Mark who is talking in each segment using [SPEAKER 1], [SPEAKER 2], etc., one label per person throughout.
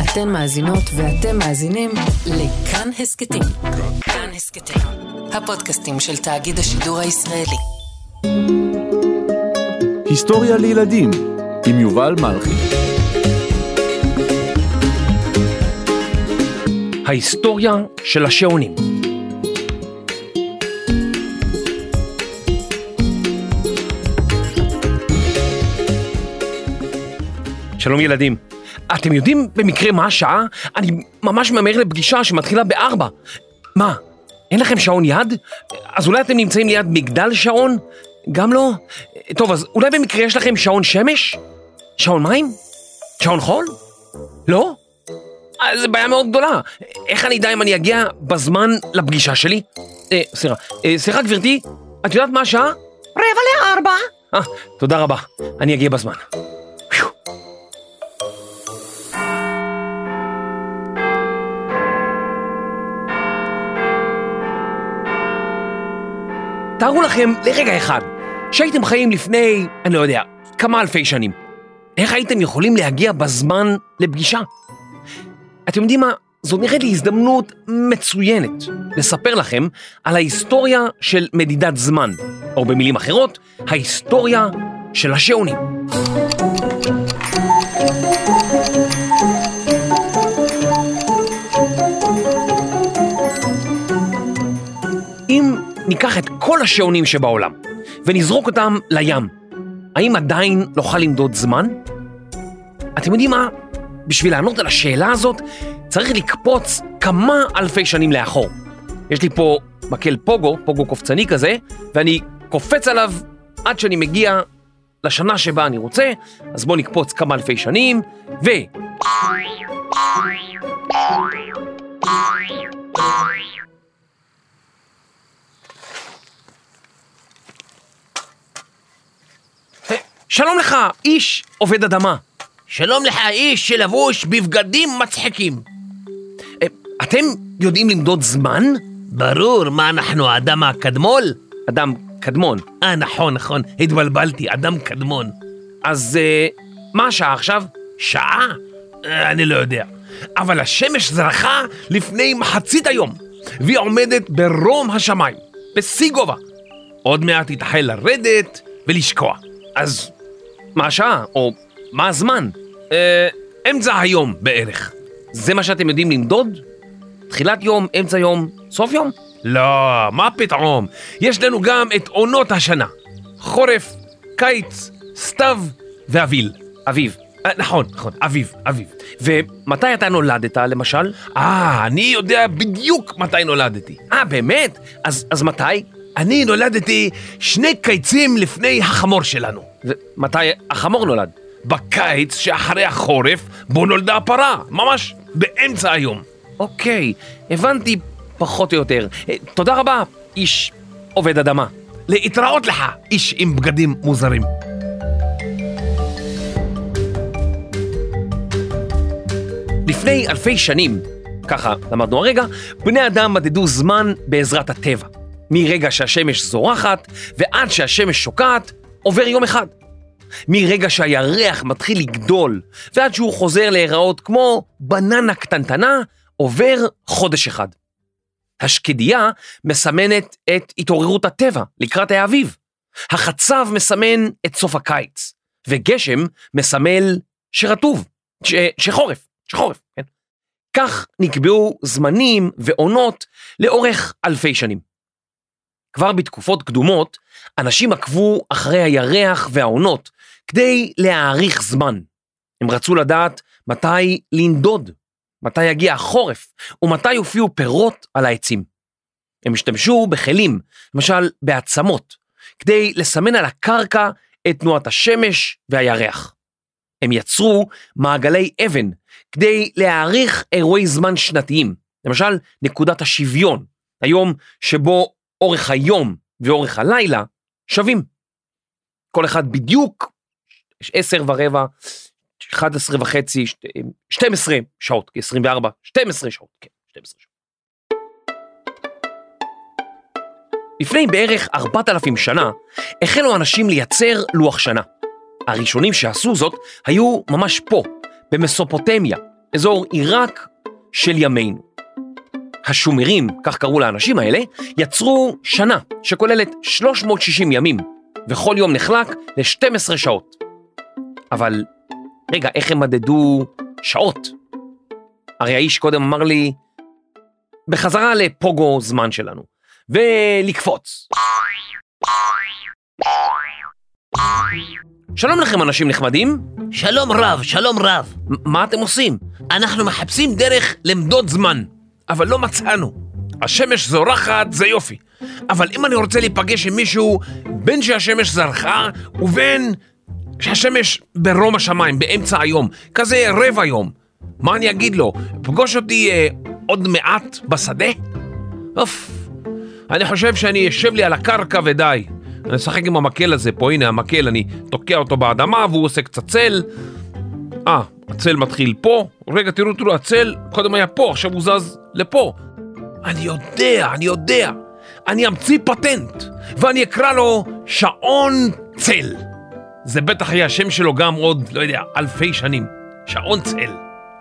[SPEAKER 1] אתן מאזינות ואתם מאזינים לכאן הסקטים. כאן הסקטים, הפודקאסטים של תאגיד השידור הישראלי.
[SPEAKER 2] היסטוריה לילדים עם יובל מלכי.
[SPEAKER 3] ההיסטוריה של השעונים. שלום ילדים, אתם יודעים במקרה מה השעה? אני ממש ממהר לפגישה שמתחילה ב-4. מה? אין לכם שעון יד? אז אולי אתם נמצאים ליד מגדל שעון? גם לא? טוב, אז אולי במקרה יש לכם שעון שמש? שעון מים? שעון חול? לא? זו בעיה מאוד גדולה. איך אני יודע אם אני אגיע בזמן לפגישה שלי? סליחה גברתי, את יודעת מה השעה? 3:45. תודה רבה, אני אגיע בזמן. תארו לכם לרגע אחד, שהייתם חיים לפני, אני לא יודע, כמה אלפי שנים. איך הייתם יכולים להגיע בזמן לפגישה? אתם יודעים מה? זו נראית לי הזדמנות מצוינת לספר לכם על ההיסטוריה של מדידת זמן, או במילים אחרות, ההיסטוריה של השעונים. אם ניקח את כל השעונים שבעולם ונזרוק אותם לים, האם עדיין נוכל למדוד זמן? אתם יודעים מה? בשביל לענות על השאלה הזאת צריך לקפוץ כמה אלפי שנים לאחור. יש לי פה מקל פוגו קופצני כזה, ואני קופץ עליו עד שאני מגיע לשנה שבה אני רוצה. אז בואו נקפוץ כמה אלפי שנים שלום לך, איש עובד אדמה.
[SPEAKER 4] שלום לך, איש שלבוש בבגדים מצחיקים.
[SPEAKER 3] אתם יודעים למדוד זמן?
[SPEAKER 4] ברור, מה אנחנו, האדם הקדמול?
[SPEAKER 3] אדם קדמון.
[SPEAKER 4] נכון, התבלבלתי, אדם קדמון.
[SPEAKER 3] אז מה השעה עכשיו?
[SPEAKER 4] שעה? אני לא יודע. אבל השמש זרחה לפני מחצית היום, והיא עומדת ברום השמיים, בשיא גובה. עוד מעט תתחיל לרדת ולשקוע.
[SPEAKER 3] אז מה השעה? או מה הזמן?
[SPEAKER 4] אמצע היום בערך.
[SPEAKER 3] זה מה שאתם יודעים למדוד? תחילת יום, אמצע יום, סוף יום?
[SPEAKER 4] לא, מה פתאום? יש לנו גם את עונות השנה. חורף, קיץ, סתיו ואביב.
[SPEAKER 3] אביב.
[SPEAKER 4] נכון, אביב.
[SPEAKER 3] ומתי אתה נולדת למשל?
[SPEAKER 4] אני יודע בדיוק מתי נולדתי.
[SPEAKER 3] באמת? אז מתי?
[SPEAKER 4] אני נולדתי 2 קיצים לפני החמור שלנו.
[SPEAKER 3] ומתי החמור נולד?
[SPEAKER 4] בקיץ שאחרי החורף בו נולדה הפרה, ממש באמצע היום.
[SPEAKER 3] אוקיי, הבנתי פחות או יותר. תודה רבה, איש עובד אדמה.
[SPEAKER 4] להתראות לך, איש עם בגדים מוזרים.
[SPEAKER 3] לפני אלפי שנים, ככה למדנו הרגע, בני אדם מדדו זמן בעזרת הטבע. מרגע שהשמש זורחת ועד שהשמש שוקעת, עובר יום אחד. מרגע שהירח מתחיל לגדול ועד שהוא חוזר להיראות כמו בננה קטנטנה, עובר חודש אחד. השקדיה מסמנת את התעוררות הטבע לקראת האביב. החצב מסמן את סוף הקיץ, וגשם מסמל שרטוב, שחורף, כן? כך נקבעו זמנים ועונות לאורך אלפי שנים. כבר בתקופות קדומות, אנשים עקבו אחרי הירח והעונות כדי להאריך זמן. הם רצו לדעת מתי לנדוד, מתי יגיע החורף, ומתי יופיעו פירות על העצים. הם השתמשו בכלים, למשל בעצמות, כדי לסמן על הקרקע את תנועת השמש והירח. הם יצרו מעגלי אבן, כדי להאריך אירועי זמן שנתיים, למשל נקודת השוויון, היום שבו אורך היום ואורך הלילה שווים. כל אחד בדיוק 10:15, 11:30, 12 שעות, 24, 12 שעות, כן, 12 שעות. לפני בערך 4,000 שנה, החלו אנשים לייצר לוח שנה. הראשונים שעשו זאת היו ממש פה, במסופוטמיה, אזור עיראק של ימינו. השומרים, כך קראו לאנשים האלה, יצרו שנה שכוללת 360 ימים, וכל יום נחלק ל-12 שעות. אבל, רגע, איך הם מדדו שעות? הרי האיש קודם אמר לי, בחזרה לפוגו זמן שלנו, ולקפוץ. שלום לכם אנשים נחמדים.
[SPEAKER 5] שלום רב, שלום רב.
[SPEAKER 3] מה אתם עושים?
[SPEAKER 4] אנחנו מחפשים דרך למדוד זמן, אבל לא מצאנו. השמש זורחת, זה יופי. אבל אם אני רוצה להיפגש עם מישהו, בין שהשמש זרחה, ובין שהשמש ברום השמיים, באמצע היום, כזה רבע יום, מה אני אגיד לו? פגוש אותי עוד מעט בשדה? אוף, אני חושב שאני אשב לי על הקרקע ודי. אני אשחק עם המקל הזה פה, הנה המקל, אני תוקע אותו באדמה והוא עושה קצת צל. הצל מתחיל פה, רגע תראו, הצל קודם היה פה, עכשיו הוא זז לפה. אני יודע, אני אמציא פטנט, ואני אקרא לו שעון צל. זה בטח יהיה השם שלו גם עוד, לא יודע, אלפי שנים. שעון צל.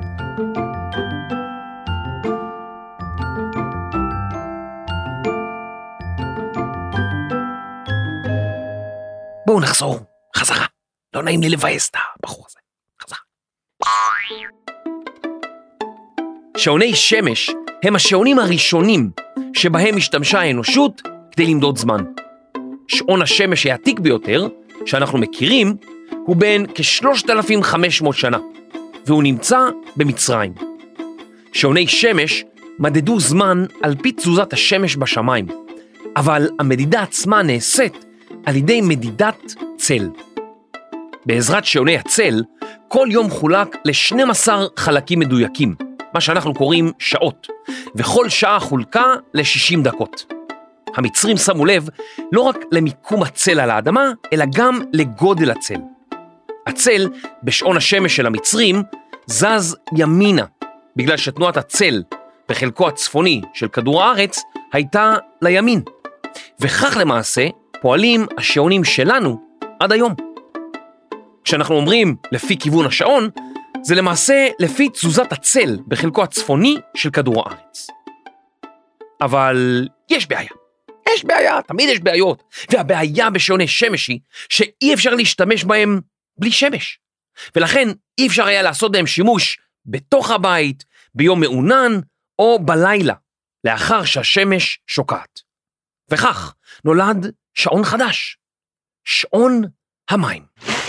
[SPEAKER 3] בואו נחזור, חזרה. לא נעים לי לבאס את הבחור הזה. חזרה. שעוני שמש הם השעונים הראשונים שבהם השתמשה האנושות כדי למדוד זמן. שעון השמש העתיק ביותר, שאנחנו מכירים, הוא בן כ-3,500 שנה, והוא נמצא במצרים. שעוני שמש מדדו זמן על פי תזוזת השמש בשמיים, אבל המדידה עצמה נעשית על ידי מדידת צל. בעזרת שעוני הצל, כל יום חולק ל-12 חלקים מדויקים, מה שאנחנו קוראים שעות, וכל שעה חולקה ל-60 דקות. המצרים שמו לב לא רק למיקום הצל על האדמה, אלא גם לגודל הצל. הצל בשעון השמש של המצרים זז ימינה, בגלל שתנועת הצל בחלקו הצפוני של כדור הארץ הייתה לימין. וכך למעשה פועלים השעונים שלנו עד היום. כשאנחנו אומרים לפי כיוון השעון, זה למעשה לפי תזוזת הצל בחלקו הצפוני של כדור הארץ. אבל יש בעיה, תמיד יש בעיות, והבעיה בשעוני שמש היא שאי אפשר להשתמש בהם בלי שמש, ולכן אי אפשר היה לעשות בהם שימוש בתוך הבית, ביום מעונן או בלילה, לאחר שהשמש שוקעת. וכך נולד שעון חדש, שעון המים.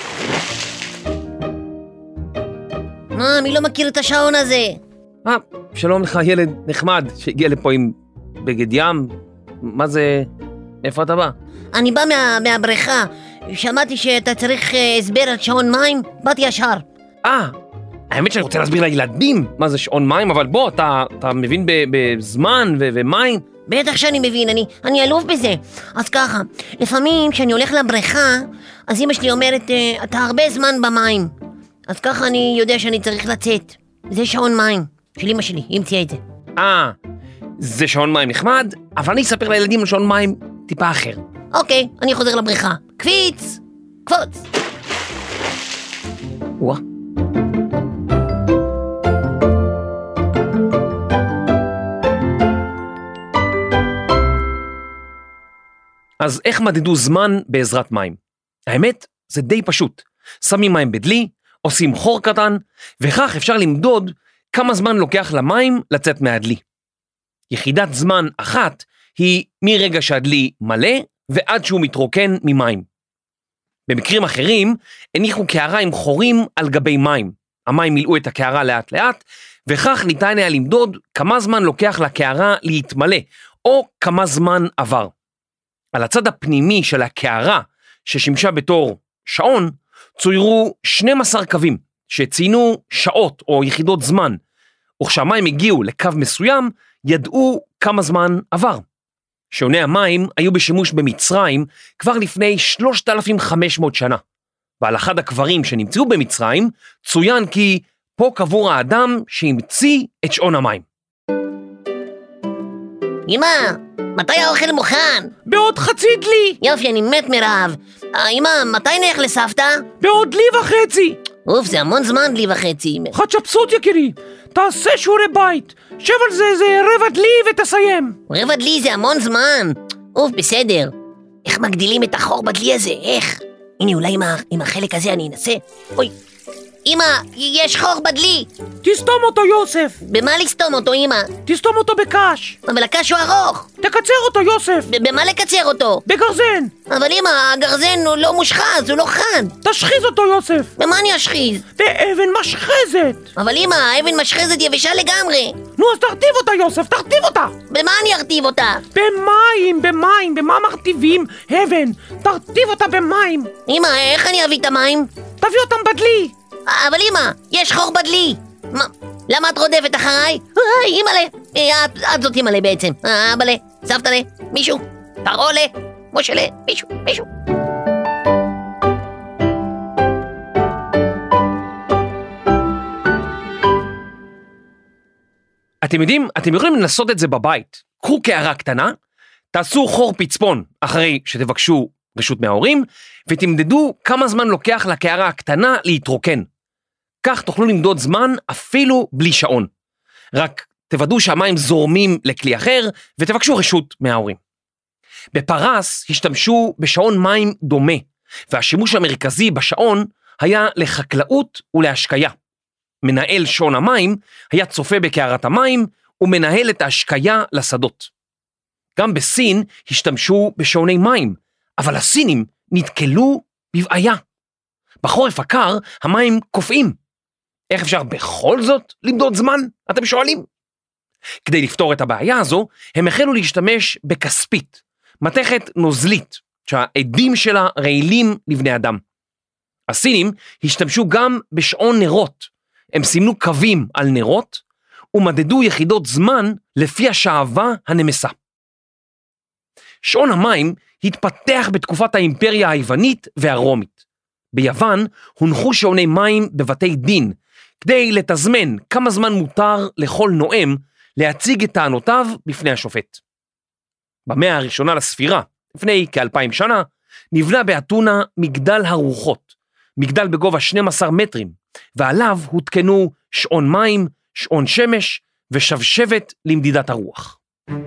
[SPEAKER 5] מי לא מכיר את השעון הזה?
[SPEAKER 3] שלום לך ילד נחמד שהגיע לפה עם בגד ים. מה זה? איפה אתה בא?
[SPEAKER 5] אני בא מהבריכה. שמעתי שאתה צריך הסבר על שעון מים, באתי ישר.
[SPEAKER 3] האמת שאני רוצה להסביר לילדים מה זה שעון מים, אבל בוא, אתה מבין בזמן ומים?
[SPEAKER 5] בטח שאני מבין, אני אלוף בזה. אז ככה, לפעמים כשאני הולך לבריכה, אז אמא שלי אומרת, אתה הרבה זמן במים. אז ככה אני יודע שאני צריך לצאת. זה שעון מים של אמא שלי, היא המציאה את זה.
[SPEAKER 3] זה שעון מים נחמד, אבל אני אספר לילדים על שעון מים טיפה אחר.
[SPEAKER 5] אוקיי, אני חוזר לבריכה. קפיץ! קפוץ!
[SPEAKER 3] וואה. אז איך מדדו זמן בעזרת מים? האמת, זה די פשוט. שמים מים בדלי, עושים חור קטן, וכך אפשר למדוד כמה זמן לוקח למים לצאת מהדלי. יחידת זמן אחת היא מרגע שהדלי מלא ועד שהוא מתרוקן ממים. במקרים אחרים הניחו קערה עם חורים על גבי מים. המים מילאו את הקערה לאט לאט, וכך ניתן היה למדוד כמה זמן לוקח לקערה להתמלא, או כמה זמן עבר. על הצד הפנימי של הקערה ששימשה בתור שעון, צוירו 12 קווים שציינו שעות או יחידות זמן, וכשהמים הגיעו לקו מסוים, ידעו כמה זמן עבר. שעוני המים היו בשימוש במצרים כבר לפני 3,500 שנה, ועל אחד הקברים שנמצאו במצרים צוין כי פה קבור האדם שהמציא את שעון המים.
[SPEAKER 5] אמא, מתי האוכל מוכן?
[SPEAKER 4] בעוד חצי דלי.
[SPEAKER 5] יופי, אני מת מרעב. אמא, מתי נלך לסבתא?
[SPEAKER 4] בעוד דלי וחצי.
[SPEAKER 5] אוף, זה המון זמן דלי וחצי.
[SPEAKER 4] חצ'פסות יקירי, תעשה שיעורי בית, שב על זה איזה רבע דלי ותסיים.
[SPEAKER 5] רבע דלי זה המון זמן. אוף, בסדר. איך מגדילים את החור בדלי הזה? איך? הנה, אולי עם החלק הזה אני אנסה. אוי, אמא, יש חור בדלי.
[SPEAKER 4] תסתום אותו יוסף.
[SPEAKER 5] במה לסתום אותו, אמא?
[SPEAKER 4] תסתום אותו בקש.
[SPEAKER 5] אבל הקש הוא ארוך.
[SPEAKER 4] תקצר אותו יוסף.
[SPEAKER 5] במה לקצר אותו?
[SPEAKER 4] בגרזן.
[SPEAKER 5] אבל אמא, הגרזן הוא לא מושחז, הוא לא חד.
[SPEAKER 4] תשחיז אותו יוסף.
[SPEAKER 5] במה אני אשחיז?
[SPEAKER 4] באבן משחזת.
[SPEAKER 5] אבל אמא, האבן משחזת יבשה לגמרי.
[SPEAKER 4] נו, אז תרטיב אותה יוסף, תרטיב אותה.
[SPEAKER 5] במה אני ארטיב אותה?
[SPEAKER 4] במים, במה מרטיבים אבן? תרטיב אותה במים.
[SPEAKER 5] אמא, איך אני אביא את המים?
[SPEAKER 4] תביא אותם בדלי.
[SPEAKER 5] אבל אמא, יש חור בדלי. מה? למה את רודפת אחריי? אמאלה, את זאת אמאלה בעצם. אבאלה, סבתאלה, מישהו, תרעולה, מושלה, מישהו.
[SPEAKER 3] אתם יודעים, אתם יכולים לנסות את זה בבית. קחו קערה קטנה, תעשו חור פצפון אחרי שתבקשו רשות מההורים, ותמדדו כמה זמן לוקח לקערה הקטנה להתרוקן. כך תוכלו למדוד זמן אפילו בלי שעון. רק תוודאו שהמים זורמים לכלי אחר, ותבקשו רשות מההורים. בפרס השתמשו בשעון מים דומה, והשימוש המרכזי בשעון היה לחקלאות ולהשקיה. מנהל שעון המים היה צופה בקערת המים, ומנהל את ההשקיה לשדות. גם בסין השתמשו בשעוני מים, אבל הסינים נתקלו בבעיה. בחורף הקר המים קופאים. איך אפשר בכל זאת למדוד זמן? אתם שואלים? כדי לפתור את הבעיה הזו, הם החלו להשתמש בכספית, מתכת נוזלית, שהעדים שלה רעילים לבני אדם. הסינים השתמשו גם בשעון נרות. הם סימנו קווים על נרות, ומדדו יחידות זמן לפי השעבה הנמסה. שעון המים התפתח בתקופת האימפריה היוונית והרומית. ביוון הונחו שעוני מים בבתי דין, כדי לתזמן כמה זמן מותר לכל נואם להציג את טענותיו בפני השופט. במאה הראשונה לספירה, לפני כ-2000 שנה, נבנה באתונה מגדל הרוחות, מגדל בגובה 12 מטרים, ועליו הותקנו שעון מים, שעון שמש ושבשבת למדידת הרוח.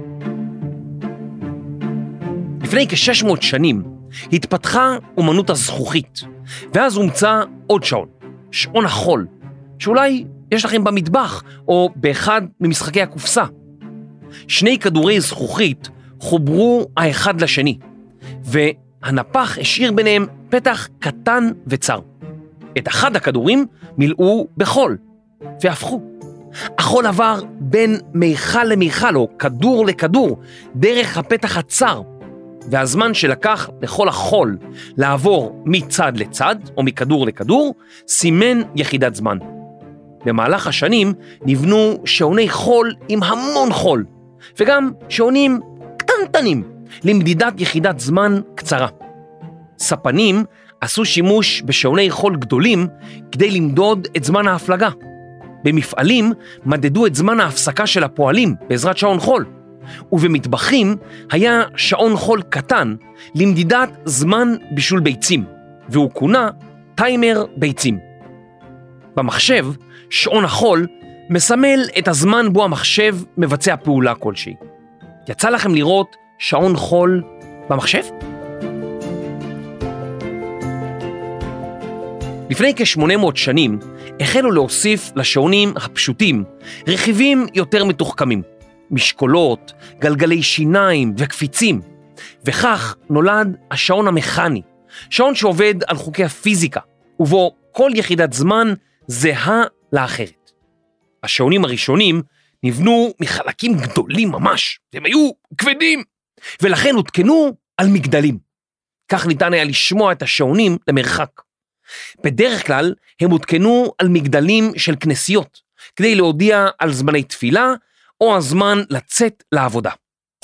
[SPEAKER 3] לפני כ-600 שנים התפתחה אומנות הזכוכית, ואז הומצא עוד שעון, שעון החול, שאולי יש לכם במטבח או באחד ממשחקי הקופסה. שני כדורי זכוכית חוברו האחד לשני, והנפח השאיר ביניהם פתח קטן וצר. את אחד הכדורים מילאו בחול, והפכו. החול עבר בין מיכל למיכל או כדור לכדור דרך הפתח הצר, והזמן שלקח לכל החול לעבור מצד לצד או מכדור לכדור סימן יחידת זמן. במהלך השנים נבנו שעוני חול עם המון חול, וגם שעונים קטנטנים למדידת יחידת זמן קצרה. ספנים עשו שימוש בשעוני חול גדולים כדי למדוד את זמן ההפלגה. במפעלים מדדו את זמן ההפסקה של הפועלים בעזרת שעון חול, ובמטבחים היה שעון חול קטן למדידת זמן בישול ביצים, והוא כונה טיימר ביצים. במחשב, שעון החול מסמל את הזמן בו המחשב מבצע פעולה כלשהי. יצא לכם לראות שעון חול במחשב? לפני כ-800 שנים החלו להוסיף לשעונים הפשוטים רכיבים יותר מתוחכמים, משקולות, גלגלי שיניים וקפיצים, וכך נולד השעון המכני, שעון שעובד על חוקי הפיזיקה, ובו כל יחידת זמן זהה לאחרת. השעונים הראשונים נבנו מחלקים גדולים ממש, הם היו כבדים, ולכן הותקנו על מגדלים. כך ניתן היה לשמוע את השעונים למרחק. בדרך כלל הם הותקנו על מגדלים של כנסיות, כדי להודיע על זמני תפילה או הזמן לצאת לעבודה.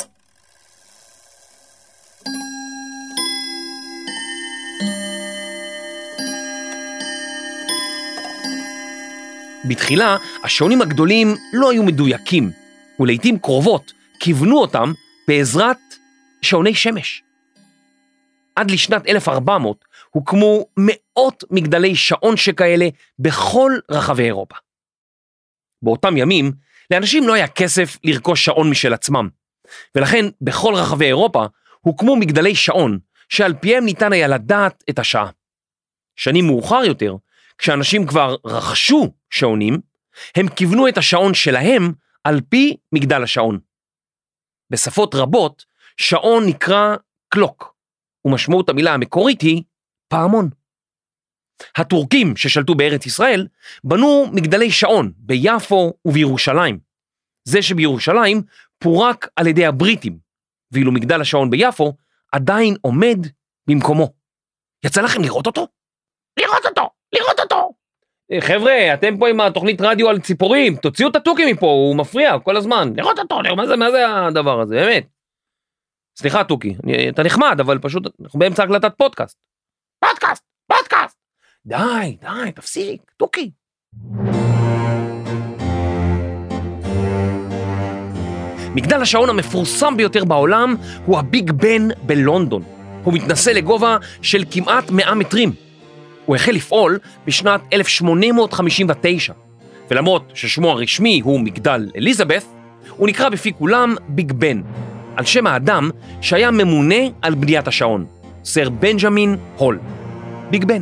[SPEAKER 3] בתחילה השעונים הגדולים לא היו מדויקים, ולעיתים קרובות כיוונו אותם בעזרת שעוני שמש. עד לשנת 1400 הוקמו מאות מגדלי שעון שכאלה בכל רחבי אירופה. באותם ימים, לאנשים לא היה כסף לרכוש שעון משל עצמם, ולכן בכל רחבי אירופה הוקמו מגדלי שעון, שעל פיהם ניתן היה לדעת את השעה. שנים מאוחר יותר, כשאנשים כבר רכשו שעונים, הם כיוונו את השעון שלהם על פי מגדל השעון. בשפות רבות, שעון נקרא קלוק, ומשמעות המילה המקורית היא פעמון. הטורקים ששלטו בארץ ישראל בנו מגדלי שעון ביפו ובירושלים. זה שבירושלים פורק על ידי הבריטים, ואילו מגדל השעון ביפו עדיין עומד במקומו. יצא לכם לראות אותו? לראות אותו! לראות אותו! חבר'ה, אתם פה עם התוכנית רדיו על ציפורים, תוציאו את התוכי מפה, הוא מפריע כל הזמן. לראות אותו, מה זה הדבר הזה, באמת? סליחה תוכי, אתה נחמד, אבל פשוט אנחנו באמצע הקלטת פודקאסט. פודקאסט! די, תפסיק, תוכי. מגדל השעון המפורסם ביותר בעולם הוא הביג בן בלונדון. הוא מתנסה לגובה של כמעט 100 מטרים. הוא החל לפעול בשנת 1859, ולמרות ששמו הרשמי הוא מגדל אליזבת, הוא נקרא בפי כולם ביג בן, על שם האדם שהיה ממונה על בניית השעון, סר בנג'מין הול. ביג בן.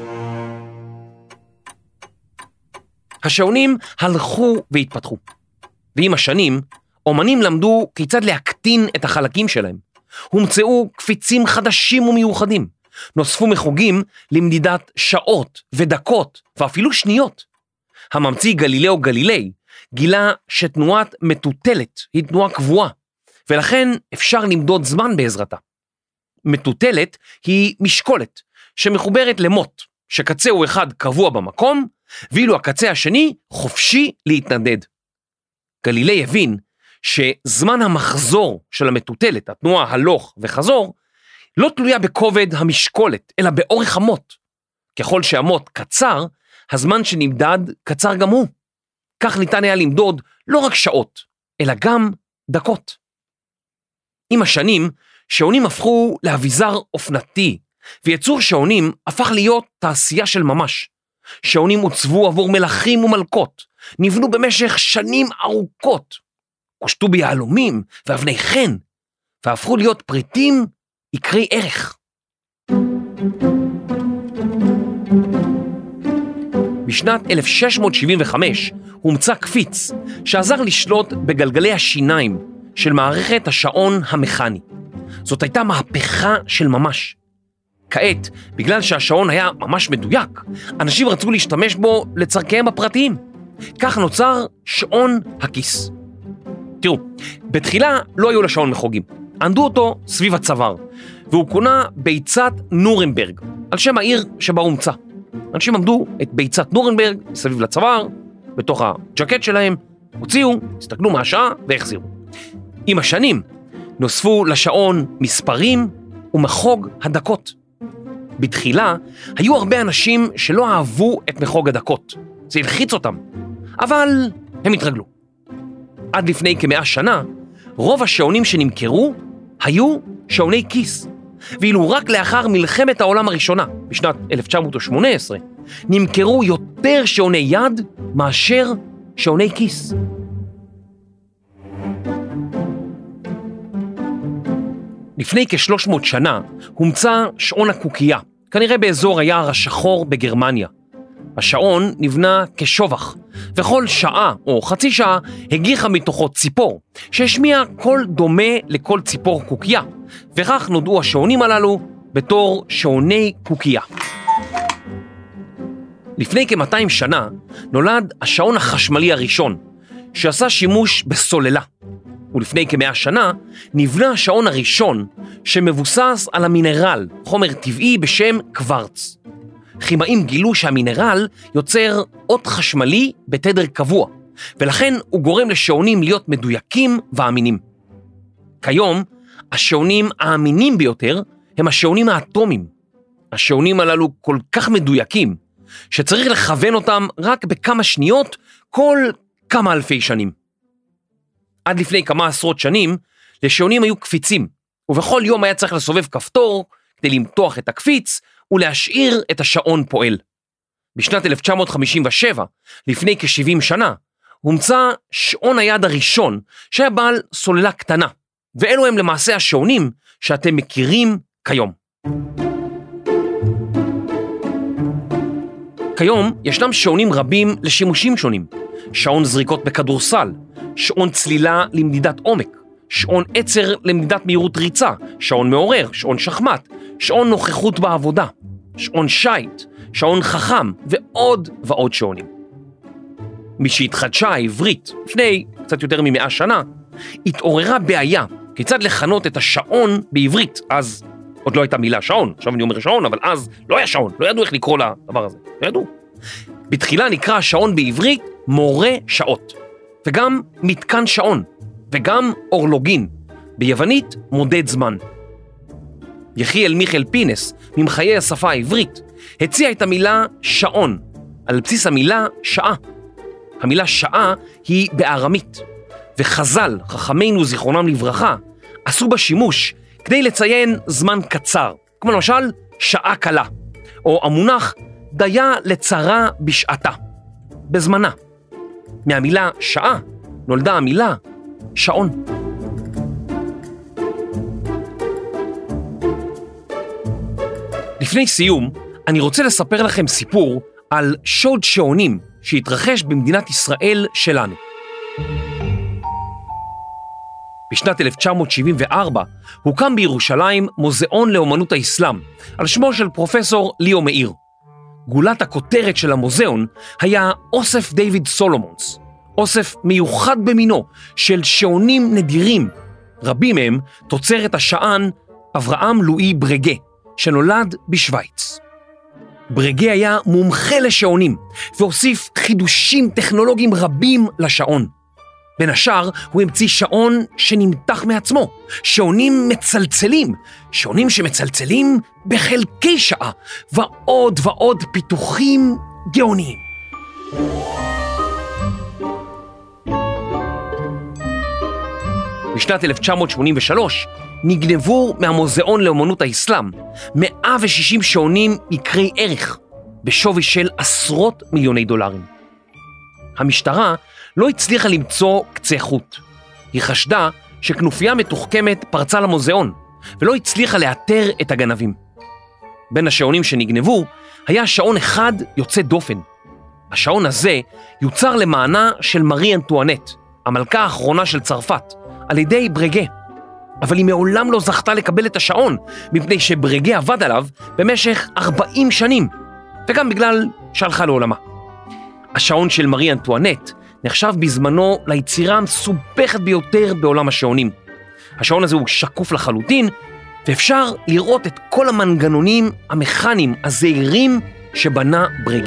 [SPEAKER 3] השעונים הלכו והתפתחו, ועם השנים, אומנים למדו כיצד להקטין את החלקים שלהם. הומצאו קפיצים חדשים ומיוחדים. נוספו מחוגים למדידת שעות ודקות ואפילו שניות. הממציא גלילאו גלילי גילה שתנועת מטוטלת היא תנועה קבועה, ולכן אפשר למדוד זמן בעזרתה. מטוטלת היא משקולת שמחוברת למוט, שקצהו אחד קבוע במקום, ואילו הקצה השני חופשי להתנדד. גלילי הבין שזמן המחזור של המטוטלת, התנועה הלוך וחזור, לא תלויה בכובד המשקולת, אלא באורך המוט. ככל שהמוט קצר, הזמן שנמדד קצר גם הוא. כך ניתן היה למדוד לא רק שעות, אלא גם דקות. עם השנים, שעונים הפכו לאביזר אופנתי, ויצור שעונים הפך להיות תעשייה של ממש. שעונים הוצבו עבור מלכים ומלכות, נבנו במשך שנים ארוכות, הושתו ביהלומים ואבני חן, והפכו להיות פריטים יקרי ערך. בשנת 1675 הומצא קפיץ שעזר לשלוט בגלגלי השיניים של מערכת השעון המכני. זאת הייתה מהפכה של ממש. כעת, בגלל שהשעון היה ממש מדויק, אנשים רצו להשתמש בו לצרכיהם הפרטיים. כך נוצר שעון הכיס. תראו, בתחילה לא היו לשעון מחוגים. ענדו אותו סביב הצוואר, והוא כונה ביצת נורנברג, על שם העיר שבה הומצא. אנשים עמדו את ביצת נורנברג סביב לצוואר, בתוך הג'קט שלהם, הוציאו, הסתכלו מהשעה והחזירו. עם השנים נוספו לשעון מספרים ומחוג הדקות. בתחילה היו הרבה אנשים שלא אהבו את מחוג הדקות, זה הלחיץ אותם, אבל הם התרגלו. עד לפני כ100 שנה, רוב השעונים שנמכרו היו שעוני כיס, ואילו רק לאחר מלחמת העולם הראשונה, בשנת 1918, נמכרו יותר שעוני יד מאשר שעוני כיס. לפני כ300 שנה הומצא שעון הקוקייה, כנראה באזור היער השחור בגרמניה. השעון נבנה כשובח, וכל שעה או חצי שעה הגיחה מתוכו ציפור, שהשמיע קול דומה לקול ציפור קוקייה, וכך נודעו השעונים הללו בתור שעוני קוקייה. לפני כ200 שנה נולד השעון החשמלי הראשון, שעשה שימוש בסוללה. ולפני כ100 שנה נבנה השעון הראשון שמבוסס על המינרל, חומר טבעי בשם קוורץ. כימאים גילו שהמינרל יוצר אות חשמלי בתדר קבוע, ולכן הוא גורם לשעונים להיות מדויקים ואמינים. כיום, השעונים האמינים ביותר הם השעונים האטומיים. השעונים הללו כל כך מדויקים, שצריך לכוון אותם רק בכמה שניות כל כמה אלפי שנים. עד לפני כמה עשרות שנים, לשעונים היו קפיצים, ובכל יום היה צריך לסובב כפתור כדי למתוח את הקפיץ, ולהשאיר את השעון פועל. בשנת 1957, לפני כ-70 שנה, הומצא שעון היד הראשון שהיה בעל סוללה קטנה, ואלו הם למעשה השעונים שאתם מכירים כיום. כיום ישנם שעונים רבים לשימושים שונים, שעון זריקות בכדורסל, שעון צלילה למדידת עומק, שעון עצר למדידת מהירות ריצה, שעון מעורר, שעון שחמט, שעון נוכחות בעבודה, שעון שייט, שעון חכם ועוד ועוד שעונים. משהתחדשה העברית לפני קצת יותר מ100 שנה, התעוררה בעיה כיצד לכנות את השעון בעברית. אז עוד לא הייתה מילה שעון, עכשיו אני אומר שעון, אבל אז לא היה שעון, לא ידעו איך לקרוא לדבר הזה, לא ידעו. בתחילה נקרא השעון בעברית מורה שעות, וגם מתקן שעון, וגם אורלוגין, ביוונית מודד זמן. יחיאל מיכאל פינס, ממחיי השפה העברית, הציע את המילה שעון, על בסיס המילה שעה. המילה שעה היא בארמית, וחז"ל, חכמינו זיכרונם לברכה, עשו בה שימוש כדי לציין זמן קצר, כמו למשל שעה קלה, או המונח דיה לצרה בשעתה, בזמנה. מהמילה שעה נולדה המילה שעון. לפני סיום, אני רוצה לספר לכם סיפור על שוד שעונים שהתרחש במדינת ישראל שלנו. בשנת 1974 הוקם בירושלים מוזיאון לאומנות האסלאם, על שמו של פרופסור ליאו מאיר. גולת הכותרת של המוזיאון היה אוסף דיוויד סולומונס, אוסף מיוחד במינו של שעונים נדירים, רבים מהם תוצרת השען אברהם לואי ברגה, שנולד בשוויץ. ברגה היה מומחה לשעונים, והוסיף חידושים טכנולוגיים רבים לשעון. בין השאר הוא המציא שעון שנמתח מעצמו, שעונים מצלצלים, שעונים שמצלצלים בחלקי שעה, ועוד ועוד פיתוחים גאוניים. בשנת 1983 נגנבו מהמוזיאון לאומנות האסלאם 160 שעונים יקרי ערך, בשווי של עשרות מיליוני דולרים. המשטרה לא הצליחה למצוא קצה חוט. היא חשדה שכנופיה מתוחכמת פרצה למוזיאון, ולא הצליחה לאתר את הגנבים. בין השעונים שנגנבו היה שעון אחד יוצא דופן. השעון הזה יוצר למענה של מארי אנטואנט, המלכה האחרונה של צרפת, על ידי ברגה. אבל היא מעולם לא זכתה לקבל את השעון, מפני שברגה עבד עליו במשך 40 שנים, וגם בגלל שהלכה לעולמה. השעון של מארי אנטואנט נחשב בזמנו ליצירה המסובכת ביותר בעולם השעונים. השעון הזה הוא שקוף לחלוטין, ואפשר לראות את כל המנגנונים המכניים הזעירים שבנה ברגה.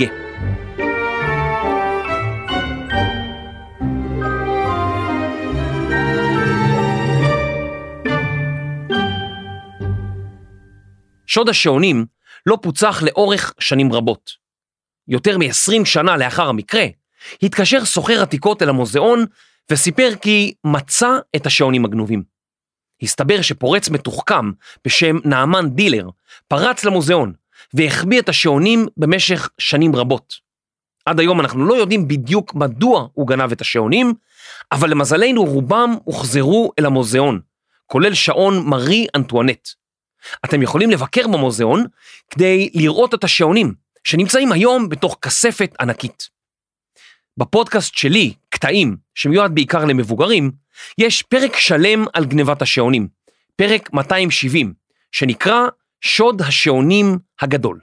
[SPEAKER 3] שוד השעונים לא פוצח לאורך שנים רבות. יותר מ-20 שנה לאחר המקרה, התקשר סוחר עתיקות אל המוזיאון וסיפר כי מצא את השעונים הגנובים. הסתבר שפורץ מתוחכם בשם נעמן דילר פרץ למוזיאון והחביא את השעונים במשך שנים רבות. עד היום אנחנו לא יודעים בדיוק מדוע הוא גנב את השעונים, אבל למזלנו רובם הוחזרו אל המוזיאון, כולל שעון מארי אנטואנט. אתם יכולים לבקר במוזיאון כדי לראות את השעונים שנמצאים היום בתוך כספת ענקית. בפודקאסט שלי, קטעים, שמיועד בעיקר למבוגרים, יש פרק שלם על גנבת השעונים, פרק 270, שנקרא שוד השעונים הגדול.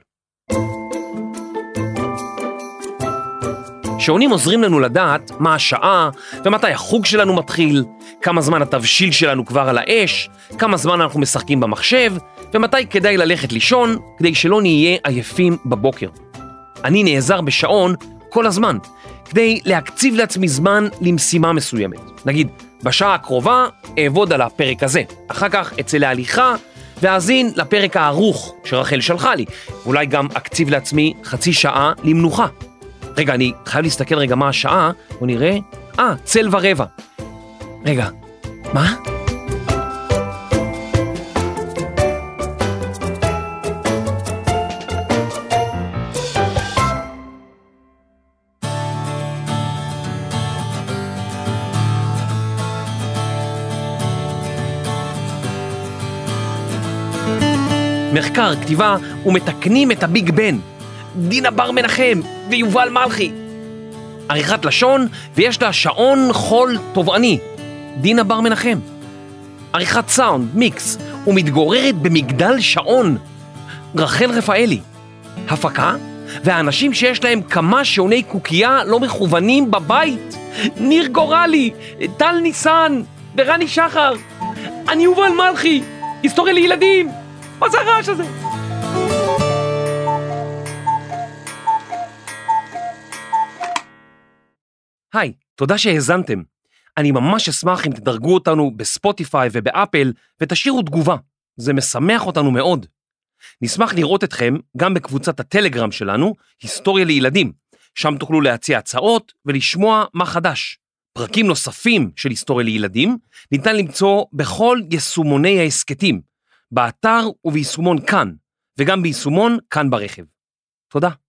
[SPEAKER 3] שעונים עוזרים לנו לדעת מה השעה ומתי החוג שלנו מתחיל, כמה זמן התבשיל שלנו כבר על האש, כמה זמן אנחנו משחקים במחשב, ומתי כדאי ללכת לישון כדי שלא נהיה עייפים בבוקר. אני נעזר בשעון כל הזמן, כדי להקציב לעצמי זמן למשימה מסוימת. נגיד, בשעה הקרובה אעבוד על הפרק הזה, אחר כך אצא להליכה ואזין לפרק הארוך שרחל שלחה לי, ואולי גם אקציב לעצמי חצי שעה למנוחה. רגע, אני חייב להסתכל רגע מה השעה, בוא נראה. 1:15. רגע, מה? מחקר, כתיבה ומתקנים את הביג בן. דינה בר מנחם ויובל מלכי. עריכת לשון ויש לה שעון חול תובעני. דינה בר מנחם. עריכת סאונד, מיקס ומתגוררת במגדל שעון. רחל רפאלי. הפקה והאנשים שיש להם כמה שעוני קוקייה לא מכוונים בבית. ניר גורלי, טל ניסן ורני שחר. אני יובל מלכי, היסטוריה לילדים. מה זה הרעש הזה? היי, תודה שהאזנתם. אני ממש אשמח אם תדרגו אותנו בספוטיפיי ובאפל ותשאירו תגובה. זה משמח אותנו מאוד. נשמח לראות אתכם גם בקבוצת הטלגרם שלנו, היסטוריה לילדים. שם תוכלו להציע הצעות ולשמוע מה חדש. פרקים נוספים של היסטוריה לילדים ניתן למצוא בכל יישומוני העסקתים, באתר וביישומון כאן, וגם ביישומון כאן ברכב. תודה.